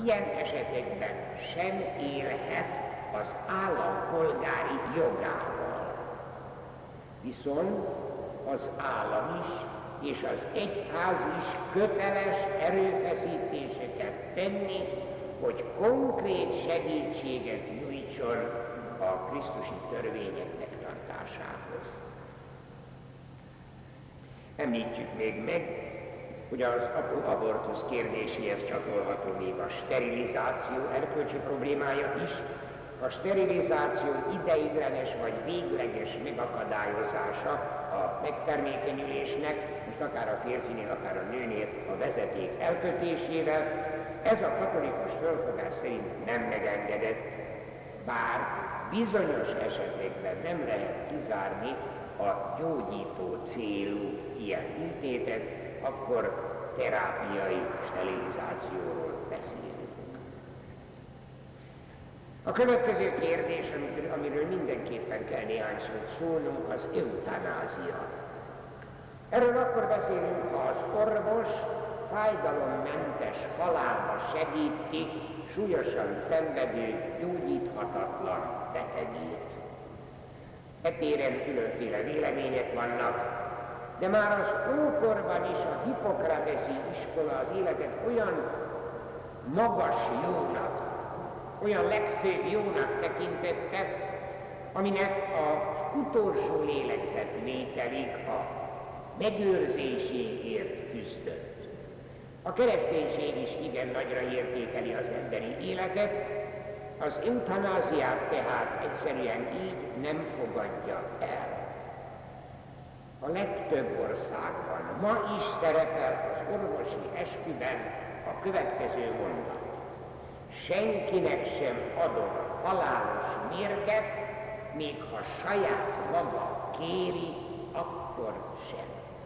ilyen esetekben sem élhet az állampolgári jogával. Viszont az állam is és az egyház is köteles erőfeszítéseket tenni, hogy konkrét segítséget nyújtson a krisztusi törvények megtartásához. Említjük még meg, hogy az abortusz kérdéséhez csatolható még a sterilizáció erkölcsi problémája is. A sterilizáció ideiglenes vagy végleges megakadályozása a megtermékenyülésnek, most akár a férfinél, akár a nőnél a vezeték elkötésével, ez a katolikus fölfogás szerint nem megengedett, bár bizonyos esetekben nem lehet kizárni a gyógyító célú ilyen műtétet, akkor terápiai sterilizációról beszélünk. A következő kérdés, amiről mindenképpen kell néhány szót szólnunk, az eutanázia. Erről akkor beszélünk, ha az orvos fájdalommentes halálba segíti súlyosan szenvedő, gyógyíthatatlan betegét. E téren különféle vélemények vannak, de már az ókorban is a hippokrateszi iskola az életet olyan magas jónak, olyan legfőbb jónak tekintette, aminek az utolsó lélegzetvételig a megőrzéséért küzdött. A kereszténység is igen nagyra értékeli az emberi életet, az eutanáziát tehát egyszerűen így nem fogadja el. A legtöbb országban ma is szerepel az orvosi esküben a következő mondat. Senkinek sem adok halálos mérget, még ha saját maga kéri, akkor sem.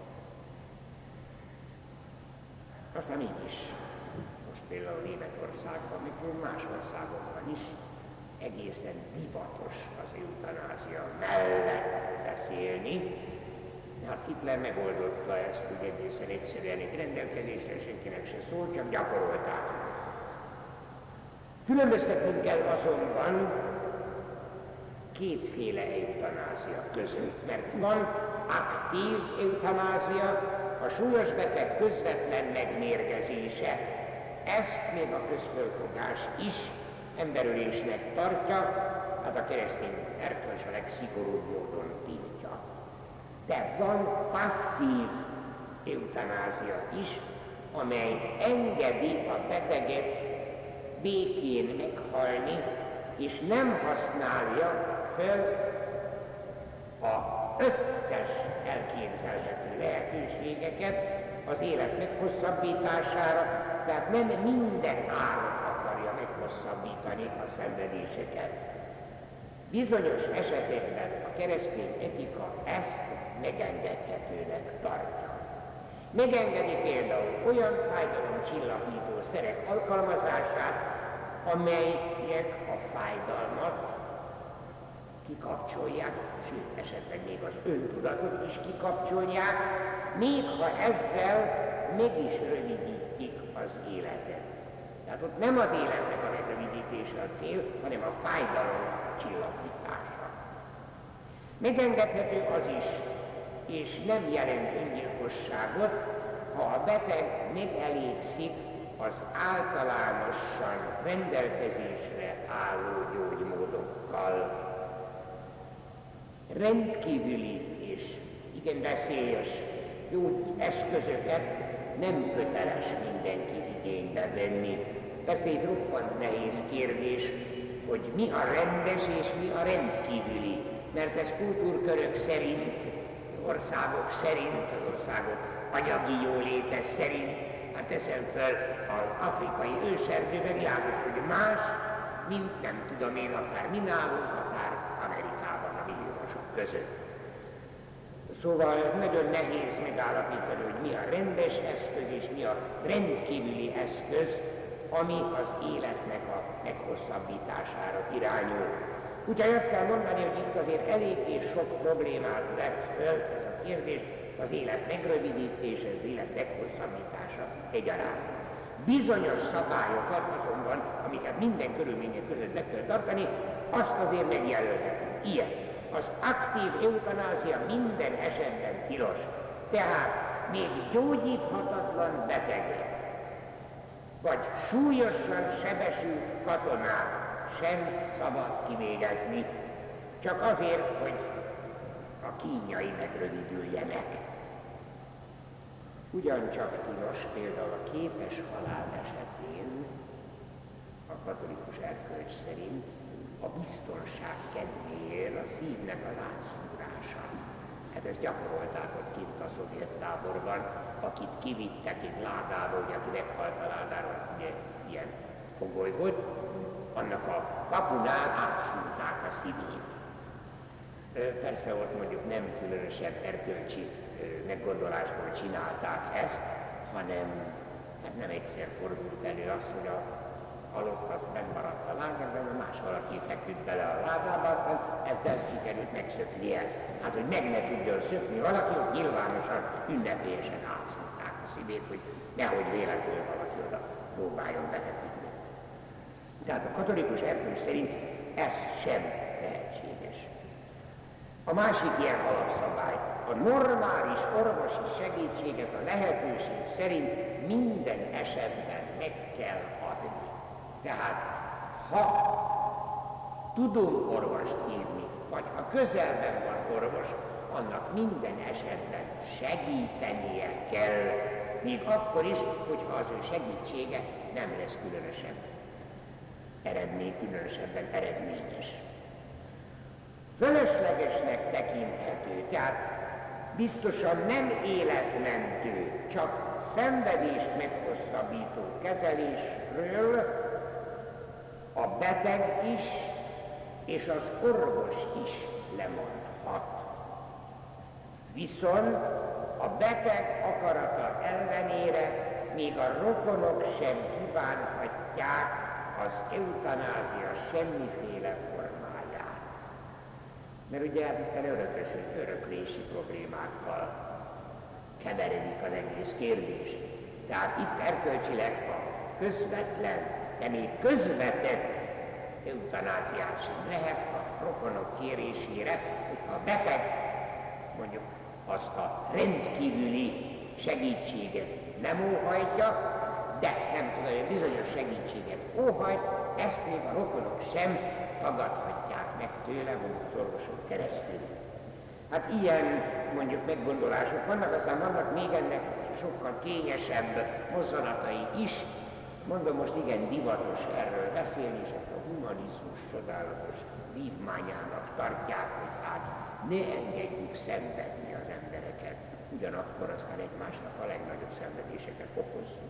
Aztán mégis, most például Németországban, mikor más országokban is egészen divatos az eutanázia mellett beszélni. Hát Hitler megoldotta ezt, hogy egészen egyszerűen egy rendelkezésre senkinek se szólt, csak gyakorolták. Különböztetnünk kell azonban kétféle eutanázia között, mert van aktív eutanázia, a súlyos beteg közvetlen megmérgezése. Ezt még a közfölfogás is emberölésnek tartja, hát a keresztény erkölcs a legszigorúbb módon tiltja. De van passzív eutanázia is, amely engedi a beteget békén meghalni, és nem használja föl az összes elképzelhető lehetőségeket az élet meghosszabbítására, tehát nem minden áron akarja meghosszabbítani a szenvedéseket. Bizonyos esetekben a keresztény etika ezt megengedhetőnek tartja. Megengedi például olyan fájdalomcsillapító szerek alkalmazását, amelyek a fájdalmat kikapcsolják, sőt, esetleg még az öntudatot is kikapcsolják, még ha ezzel meg is rövidítik az életet. Tehát ott nem az életnek a megrövidítése a cél, hanem a fájdalom csillapítása. Megengedhető az is, és nem jelent öngyilkosságot, ha a beteg megelégszik az általánosan rendelkezésre álló gyógymódokkal. Rendkívüli és igen veszélyes gyógyeszközöket nem köteles mindenki igénybe venni. Persze egy roppant nehéz kérdés, hogy mi a rendes és mi a rendkívüli, mert ez kultúrkörök szerint, országok szerint, az országok anyagi jóléte szerint, hát teszem fel az afrikai őserdőben világos, hogy más, mint nem tudom én, akár mi nálunk, akár Amerikában a milliómosok között. Szóval nagyon nehéz megállapítani, hogy mi a rendes eszköz és mi a rendkívüli eszköz, ami az életnek a meghosszabbítására irányul. Úgyhogy azt kell mondani, hogy itt azért eléggé sok problémát vett föl ez a kérdés, az élet megrövidítése, az élet meghosszabbítása egyaránt. Bizonyos szabályokat azonban, amiket minden körülmények között meg kell tartani, azt azért megjelölhetünk. Ilyen. Az aktív eutanázia minden esetben tilos. Tehát még gyógyíthatatlan beteget, vagy súlyosan sebesült katonát sem szabad kivégezni, csak azért, hogy a kínjai megrövidüljenek. Ugyancsak tilos például a kétes halál esetén a katolikus erkölcs szerint a biztonság kedvéért a szívnek az átszúrása. Hát ezt gyakorolták ott kint a szovjet táborban, akit kivittek egy ládába, ugye aki meghalt a ládáról, ugye ilyen fogoly volt, annak a kapunál átszúrták a szívét. Persze ott mondjuk nem különösebb erkölcsi meggondolásból csinálták ezt, hanem hát nem egyszer fordult elő az, hogy a halott az megmaradt a lágerben, a más valaki feküdt bele a ládába, aztán ezzel sikerült megszöknie. Hát, hogy meg ne tudjon szökni valaki, hogy nyilvánosan, ünnepélyesen átszúrták a szívét, hogy nehogy véletlenül valaki oda próbáljon befeküdni. Tehát a katolikus erkölcs szerint ez sem lehetséges. A másik ilyen alapszabály, a normális orvosi segítséget a lehetőség szerint minden esetben meg kell adni. Tehát, ha tudunk orvost hívni, vagy ha közelben van orvos, annak minden esetben segítenie kell, még akkor is, hogyha az ő segítsége nem lesz különösebben eredményes. Fölöslegesnek tekinthető, tehát biztosan nem életmentő, csak szenvedést meghosszabbító kezelésről a beteg is és az orvos is lemondhat. Viszont a beteg akarata ellenére még a rokonok sem kívánhatják az eutanázia semmiféle formáját. Mert ugye hát öröklési problémákkal keveredik az egész kérdés. Tehát itt erkölcsileg a közvetlen, de még közvetett eutanáziát sem lehet a rokonok kérésére, hogyha a beteg mondjuk azt a rendkívüli segítséget nem óhajtja, de nem tudom, hogy bizonyos segítséget óhajt, ezt még a rokonok sem tagadhatják meg tőle, mondjuk az orvosok keresztül. Hát ilyen mondjuk meggondolások vannak, aztán vannak még ennek sokkal kényesebb mozzanatai is. Mondom, most igen divatos erről beszélni, és ezt a humanizmus csodálatos vívmányának tartják, hogy hát ne engedjük szenvedni az embereket, ugyanakkor aztán egymásnak a legnagyobb szenvedéseket okozzuk.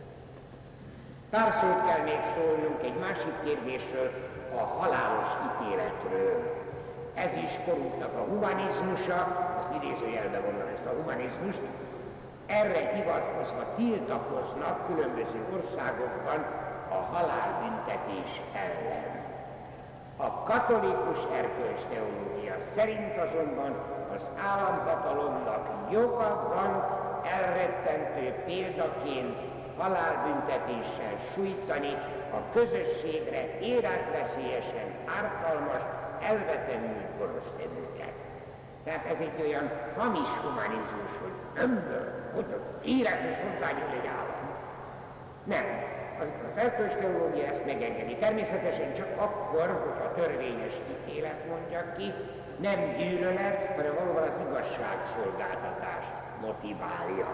Pár szót kell még szólnunk egy másik kérdésről, a halálos ítéletről. Ez is korunknak a humanizmusa, ezt idézőjelben mondom ezt a humanizmust, erre hivatkozva tiltakoznak különböző országokban a halálbüntetés ellen. A katolikus erkölcsteológia szerint azonban az államhatalomnak joga van elrettentő példaként halálbüntetéssel sújtani a közösségre életveszélyesen ártalmas, elvetemült gonosztevőket. Tehát ez egy olyan hamis humanizmus, hogy hogy az élethez hozzányúl egy állam. Nem. Az erkölcsteológia ezt megengedi. Természetesen csak akkor, hogyha törvényes ítélet mondja ki, nem gyűlölet, hanem valóban az igazságszolgáltatást motiválja.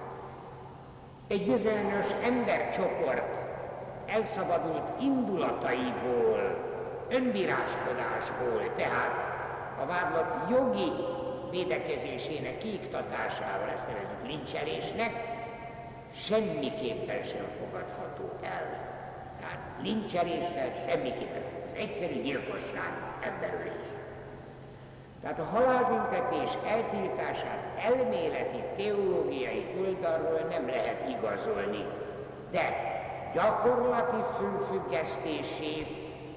Egy bizonyos embercsoport elszabadult indulataiból, önbíráskodásból, tehát a vádlott jogi védekezésének kiiktatásával, ezt nevezzük lincselésnek, semmiképpen sem fogadható el. Tehát lincseléssel semmiképpen. Az egyszerű gyilkosság, emberölés. Tehát a halálbüntetés eltiltását elméleti, teológiai oldalról nem lehet igazolni, de gyakorlati fölfüggesztését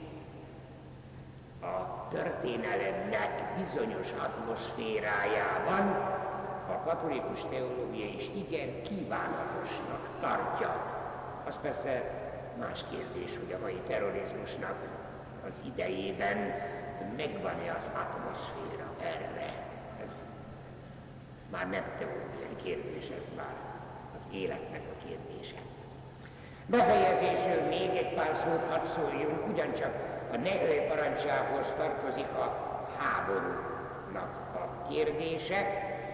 a történelemnek bizonyos atmoszférájában a katolikus teológia is igen kívánatosnak tartja. Az persze más kérdés, hogy a mai terrorizmusnak az idejében megvan-e az atmoszféra erre. Ez már nem teológiai kérdés, ez már az életnek a kérdése. Befejezésül még egy pár szót hadd szóljunk, ugyancsak a Nehő parancsához tartozik a háborúnak a kérdése,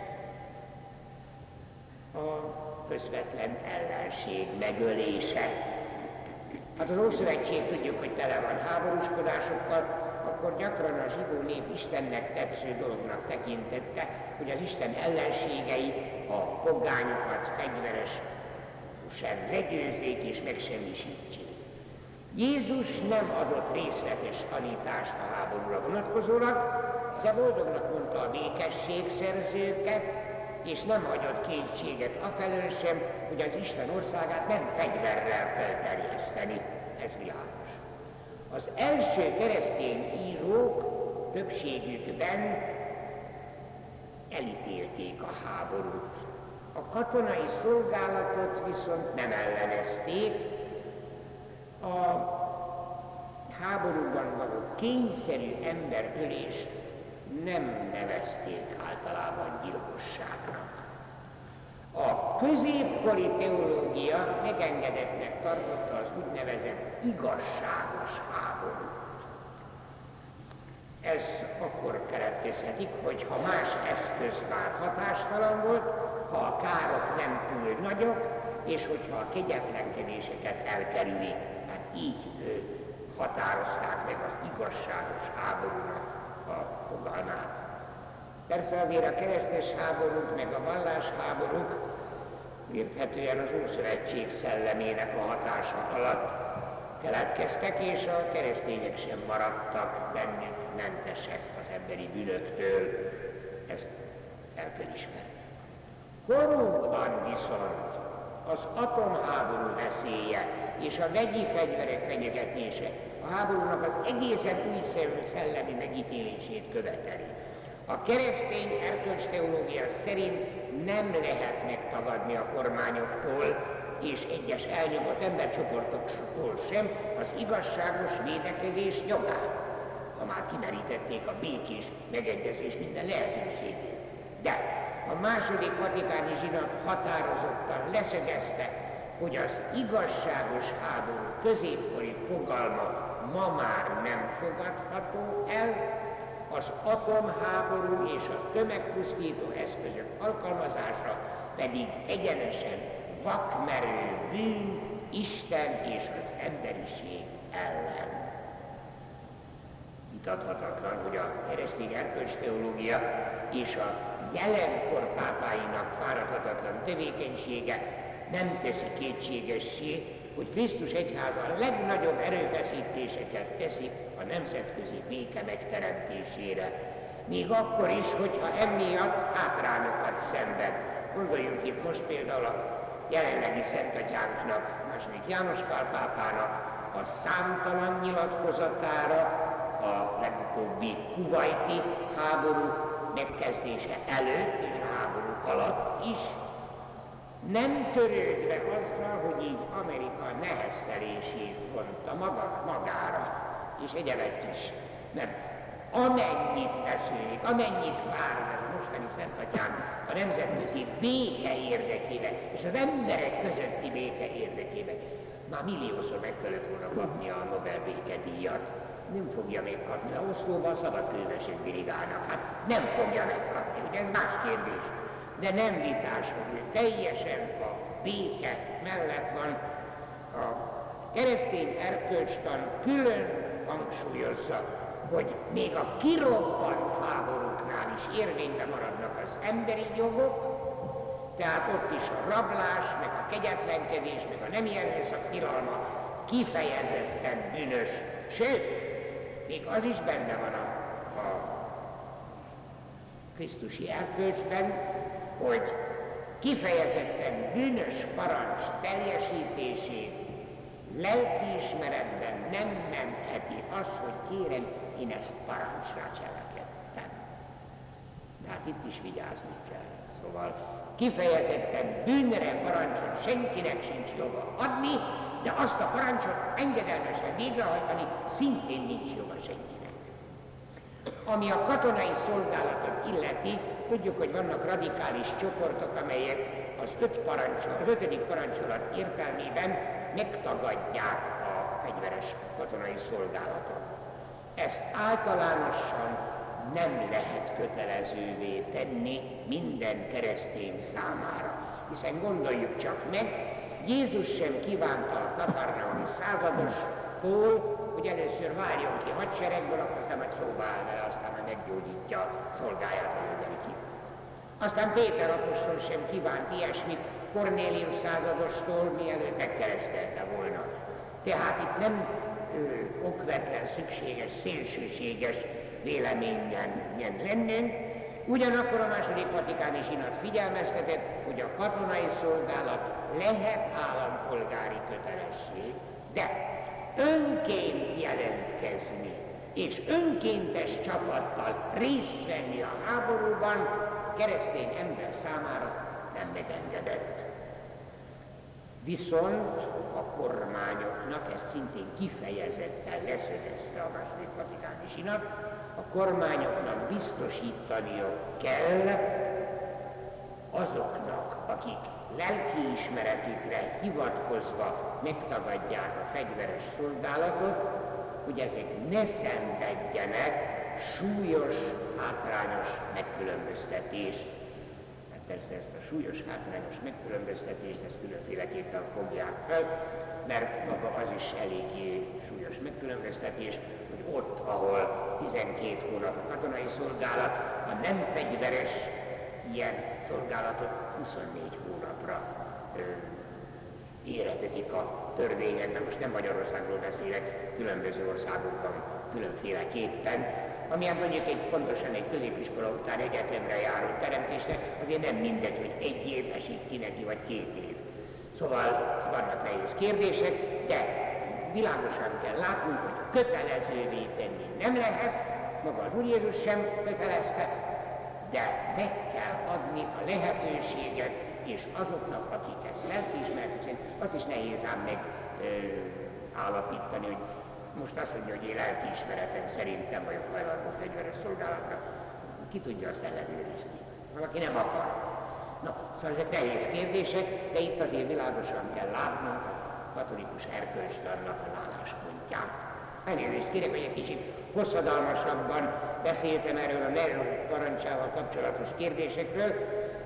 a közvetlen ellenség megölése. Hát az Ószövetség tudjuk, hogy tele van háborúskodásokkal, akkor gyakran a zsidó nép Istennek tetsző dolognak tekintette, hogy az Isten ellenségei a pogányokat fegyveresen legyőzzék és megsemmisítsék. Jézus nem adott részletes tanítást a háborúra vonatkozólag, de boldognak mondta a békességszerzőket, és nem hagyott kétséget afelől sem, hogy az Isten országát nem fegyverrel kell terjeszteni. Ez világos. Az első keresztény írók többségükben elítélték a háborút. A katonai szolgálatot viszont nem ellenezték, a háborúban való kényszerű emberölést nem nevezték általában gyilkosságnak. A középkori teológia megengedettnek tartotta az úgynevezett igazságos háborút. Ez akkor keletkezhetik, hogy ha más eszköz már hatástalan volt, ha a károk nem túl nagyok, és hogyha a kegyetlenkedéseket elkerüli, hát így határozták meg az igazságos háborúnak a fogalmát. Persze azért a keresztes háborúk meg a vallásháborúk érthetően az Ószövetség szellemének a hatása alatt keletkeztek, és a keresztények sem maradtak bennük mentesek az emberi bűnöktől. Ezt el kell ismerni. Korunkban viszont az atomháború veszélye és a vegyi fegyverek fenyegetése a háborúnak az egészen új szellemi megítélését követeli. A keresztény erkölcsteológia szerint nem lehet megtagadni a kormányoktól és egyes elnyomott embercsoportoktól sem az igazságos védekezés jogát, ha már kimerítették a békés megegyezés minden lehetőségét. De a második vatikáni zsinat határozottan leszögezte, hogy az igazságos háború középkori fogalma ma már nem fogadható el, az atomháború és a tömegpusztító eszközök alkalmazása pedig egyenesen vakmerő bűn Isten és az emberiség ellen. Vitathatatlan, hogy a keresztény erkölcsteológia és a jelenkor pápáinak fáradhatatlan tevékenysége nem teszi kétségessé, hogy Krisztus egyháza a legnagyobb erőfeszítéseket teszi a nemzetközi béke megteremtésére. Még akkor is, hogyha emiatt hátrányokat szenved. Gondoljunk itt most például a jelenlegi Szentatyánknak, II. János Pál pápának a számtalan nyilatkozatára, a legutóbbi kuvaiti háború megkezdése előtt és a háború alatt is, nem törődve azzal, hogy így Amerika neheztelését vonta magára, és egyebet is, mert amennyit eszülik, amennyit vár ez a mostani Szentatyán a nemzetközi béke érdekében, és az emberek közötti béke érdekében, már milliószor meg kellett volna kapnia a Nobel békedíjat. Nem fogja megkapni, a Oszlóban szabadkőmesek dirigálnak, hát nem fogja megkapni, ugye ez más kérdés. De nem vitás, hogy ő teljesen a béke mellett van. A keresztény erkölcstan külön hangsúlyozza, hogy még a kirobbant háborúknál is érvényben maradnak az emberi jogok, tehát ott is a rablás, meg a kegyetlenkedés, meg a nemi erőszak tilalma kifejezetten bűnös. Sőt, még az is benne van a krisztusi erkölcsben, hogy kifejezetten bűnös parancs teljesítését lelkiismeretben nem mentheti az, hogy kérem, én ezt parancsra cselekedtem. Tehát itt is vigyázni kell. Szóval kifejezetten bűnre parancsot senkinek sincs joga adni, de azt a parancsot engedelmesen végrehajtani szintén nincs joga senkinek. Ami a katonai szolgálatot illeti, tudjuk, hogy vannak radikális csoportok, amelyek az 5. parancsolat értelmében megtagadják a fegyveres katonai szolgálatot. Ezt általánosan nem lehet kötelezővé tenni minden keresztény számára. Hiszen gondoljuk csak meg, Jézus sem kívánta a kafarnaumi századostól, hogy először váljon ki hadseregből, aztán majd szóba áll vele, aztán majd meggyógyítja szolgáját, hogy jöjjön ki. Aztán Péter apostol sem kívánt ilyesmit Kornélius századostól, mielőtt megkeresztelte volna. Tehát itt nem okvetlen, szükséges, szélsőséges véleményen lennénk. Ugyanakkor a II. Vatikáni Zsinat figyelmeztetett, hogy a katonai szolgálat lehet állampolgári kötelesség, de önként jelentkezni és önkéntes csapattal részt venni a háborúban keresztény ember számára nem megengedett. Viszont a kormányoknak, ezt szintén kifejezetten leszögezte a II. Vatikáni Zsinat, a kormányoknak biztosítaniuk kell azoknak, akik lelkiismeretükre hivatkozva megtagadják a fegyveres szolgálatot, hogy ezek ne szenvedjenek súlyos, hátrányos megkülönböztetést. Hát persze ezt a súlyos, hátrányos megkülönböztetést ezt különféleképpen fogják fel, mert maga az is eléggé súlyos megkülönböztetés, hogy ott, ahol 12 hónap a katonai szolgálat, a nem fegyveres ilyen szolgálatot 24 hónapra éredezik a törvényekben. Most nem Magyarországról beszélek, különböző országokban különféleképpen, ami mondjuk pontosan egy középiskola után egyetemre járó teremtésnek azért nem mindegy, hogy 1 év esik ki neki, vagy 2 év. Szóval vannak nehéz kérdések, de világosan kell látnunk, hogy kötelezővé tenni nem lehet, maga az Úr Jézus sem kötelezte, de meg kell adni a lehetőséget, és azoknak, akik ezt lelkiismeretük szerint, azt is nehéz ám megállapítani, hogy most azt mondja, hogy én lelkiismeretem szerint nem vagyok hajlandó fegyveres szolgálatra. Ki tudja azt ellenőrizni? Valaki nem akar. Na, szóval ezek nehéz kérdések, de itt azért világosan kell látnunk a katolikus erkölcstannak az álláspontját. Elnézést kérek, hogy egy kicsit hosszadalmasabban beszéltem erről a Nero parancsával kapcsolatos kérdésekről.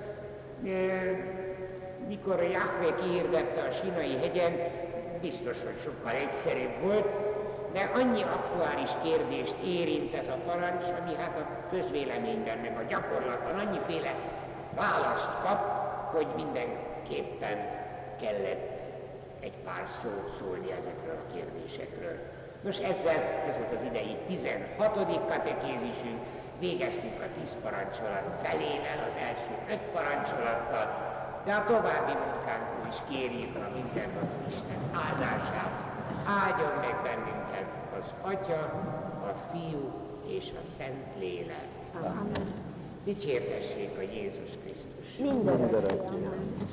Mikor Jahve kihirdette a Sinai hegyen, biztos, hogy sokkal egyszerűbb volt, de annyi aktuális kérdést érint ez a parancs, ami hát a közvéleményben, meg a gyakorlatban annyiféle választ kap, hogy mindenképpen kellett egy pár szót szólni ezekről a kérdésekről. Nos, ezzel ez volt az idei 16. katekézisünk, végeztünk a 10 parancsolat felével, az első 5 parancsolattal, de a további munkánkon is kérjük a mindenható Isten áldását, áldjon meg bennünket az Atya, a Fiú és a Szentlélek. Amen. Dicsértessék a Jézus Krisztus. Mindenre.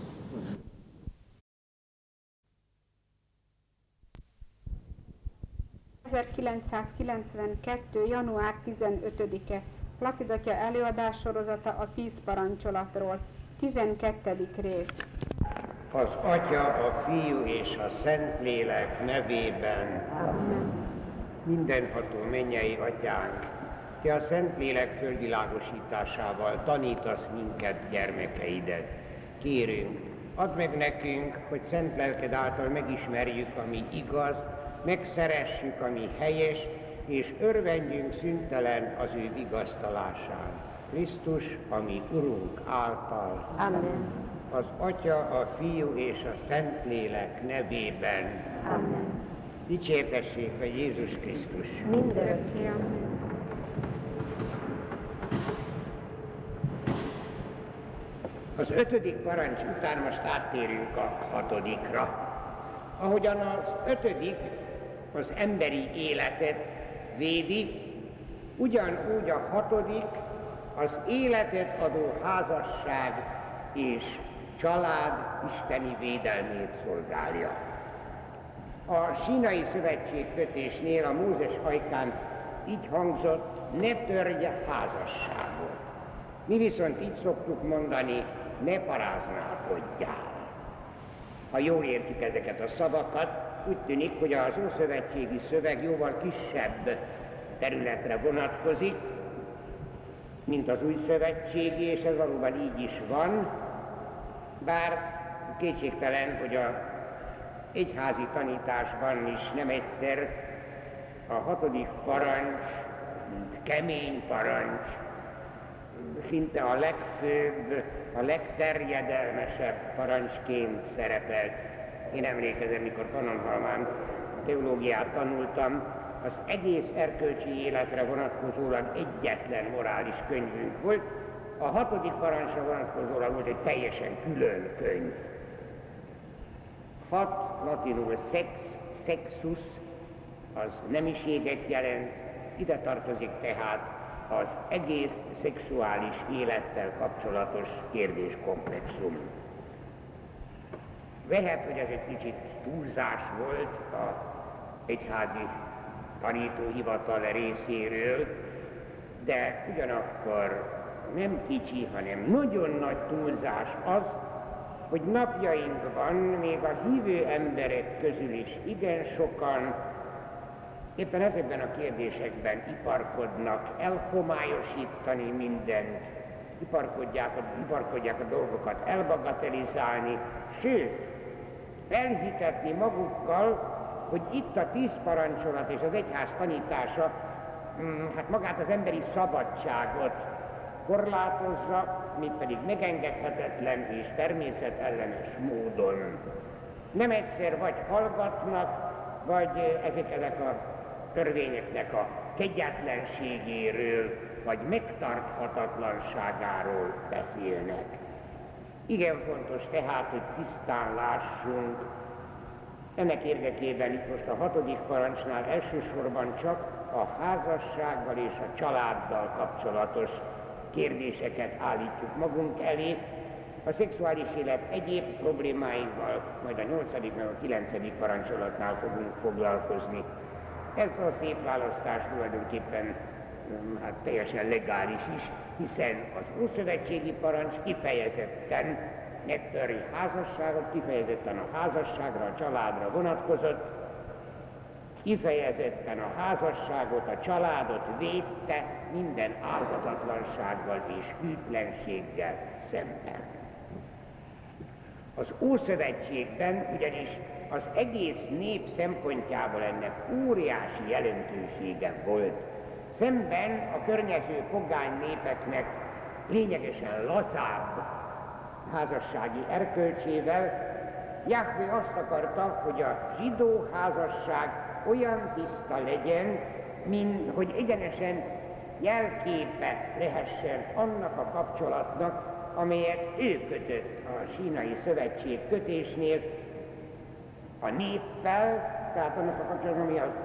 1992. január 15-e Placid atya előadás sorozata a 10 parancsolatról, 12. rész. Az Atya, a Fiú és a Szentlélek nevében. Amen. Mindenható mennyei Atyánk, Te a Szentlélek fölvilágosításával tanítasz minket, gyermekeidet. Kérünk, add meg nekünk, hogy szent lelked által megismerjük, ami igaz, megszeressük, ami helyes, és örvendjünk szüntelen az ő vigasztalásán. Krisztus, ami Urunk által. Amen. Az Atya, a Fiú és a Szentlélek nevében. Amen. Dicsértessék a Jézus Krisztus. Mindörökké. Amen. Az 5. parancs után most áttérünk a 6-ra. Ahogyan az 5. az emberi életet védi, ugyanúgy a 6. az életet adó házasság és család isteni védelmét szolgálja. A Sínai Szövetségkötésnél a Mózes ajkán így hangzott, ne törje házasságot. Mi viszont így szoktuk mondani, ne paráználkodjál. Ha jól értjük ezeket a szavakat, úgy tűnik, hogy az ószövetségi szöveg jóval kisebb területre vonatkozik, mint az új szövetségi, és ez valóban így is van, bár kétségtelen, hogy a egyházi tanításban is nem egyszer a 6. parancs, mint kemény parancs, szinte a legfőbb, a legterjedelmesebb parancsként szerepelt. Én emlékezem, mikor Pannonhalmán teológiát tanultam, az egész erkölcsi életre vonatkozólag egyetlen morális könyvünk volt, a 6. parancsra vonatkozólag volt egy teljesen külön könyv. 6, latinul sex, sexus, az nemiséget jelent, ide tartozik tehát az egész szexuális élettel kapcsolatos kérdéskomplexum. Lehet, hogy ez egy kicsit túlzás volt az egyházi tanítóhivatal részéről, de ugyanakkor nem kicsi, hanem nagyon nagy túlzás az, hogy napjainkban még a hívő emberek közül is igen sokan éppen ezekben a kérdésekben iparkodnak elhomályosítani mindent, iparkodják a dolgokat elbagatelizálni, sőt, elhitetni magukkal, hogy itt a 10 parancsolat és az egyház tanítása hát magát az emberi szabadságot korlátozza, mégpedig megengedhetetlen és természetellenes módon. Nem egyszer vagy hallgatnak, vagy ezek a törvényeknek a kegyetlenségéről, vagy megtarthatatlanságáról beszélnek. Igen fontos tehát, hogy tisztán lássunk. Ennek érdekében itt most a 6. parancsnál elsősorban csak a házassággal és a családdal kapcsolatos kérdéseket állítjuk magunk elé. A szexuális élet egyéb problémáival majd a 8. meg a 9. parancsolatnál fogunk foglalkozni. Ez a szép választás tulajdonképpen hát teljesen legális is, hiszen az ószövetségi parancs kifejezetten megtöri házasságot, kifejezetten a házasságra, a családra vonatkozott, kifejezetten a házasságot, a családot védte minden álhatatlansággal és hűtlenséggel szemben. Az Ószövetségben ugyanis az egész nép szempontjából ennek óriási jelentősége volt. Szemben a környező pogány népeknek lényegesen lazább házassági erkölcsével, Jahve azt akarta, hogy a zsidó házasság olyan tiszta legyen, mint hogy egyenesen jelképe lehessen annak a kapcsolatnak, amelyet ő kötött a Sínai Szövetség kötésnél a néppel, tehát annak a kapcsolatban, ami az